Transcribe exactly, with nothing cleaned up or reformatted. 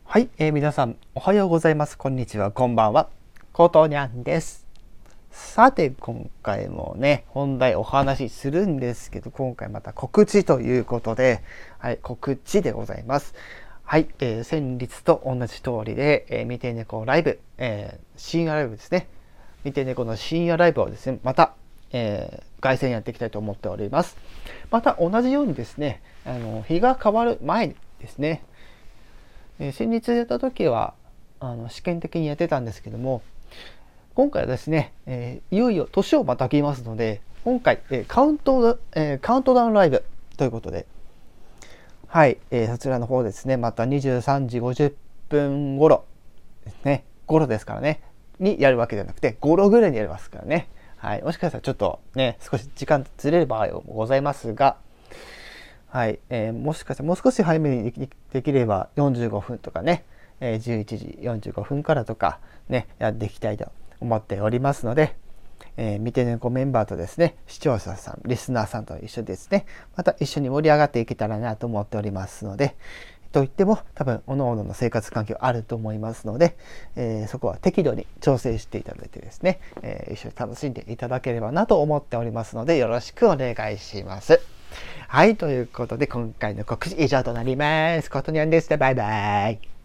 はい、えー、皆さんおはようございます。こんにちは、こんばんは。ことにゃんです。さて今回もね本題お話しするんですけど、今回また告知ということで、はい、告知でございます。はい、えー、先日と同じ通りで、えー、見て猫ライブ、えー、深夜ライブですね。見て猫の深夜ライブをですね、また、えー、凱旋やっていきたいと思っております。また同じようにですね、あの日が変わる前にですね、えー、先日やった時はあの試験的にやってたんですけども、今回はですね、えー、いよいよ年をまたぎますので、今回、えー、カウント、えー、カウントダウンライブということで、はい、えー、そちらの方ですね、またにじゅうさんじごじゅっぷん頃ですね、頃ですからね、にやるわけじゃなくて、頃ぐらいにやりますからね。はい、もしかしたらちょっとね、少し時間ずれる場合もございますが、はい、えー、もしかしたらもう少し早めにできればよんじゅうごふんとかね、えー、じゅういちじよんじゅうごふんからとかね、やっていきたいと思っておりますので、えー、見て猫メンバーとですね、視聴者さん、リスナーさんと一緒にですね、また一緒に盛り上がっていけたらなと思っておりますので、といっても多分各々の生活環境あると思いますので、えー、そこは適度に調整していただいてですね、えー、一緒に楽しんでいただければなと思っておりますので、よろしくお願いします。はい、ということで今回の告知以上となります。ことにゃんでした。バイバイ。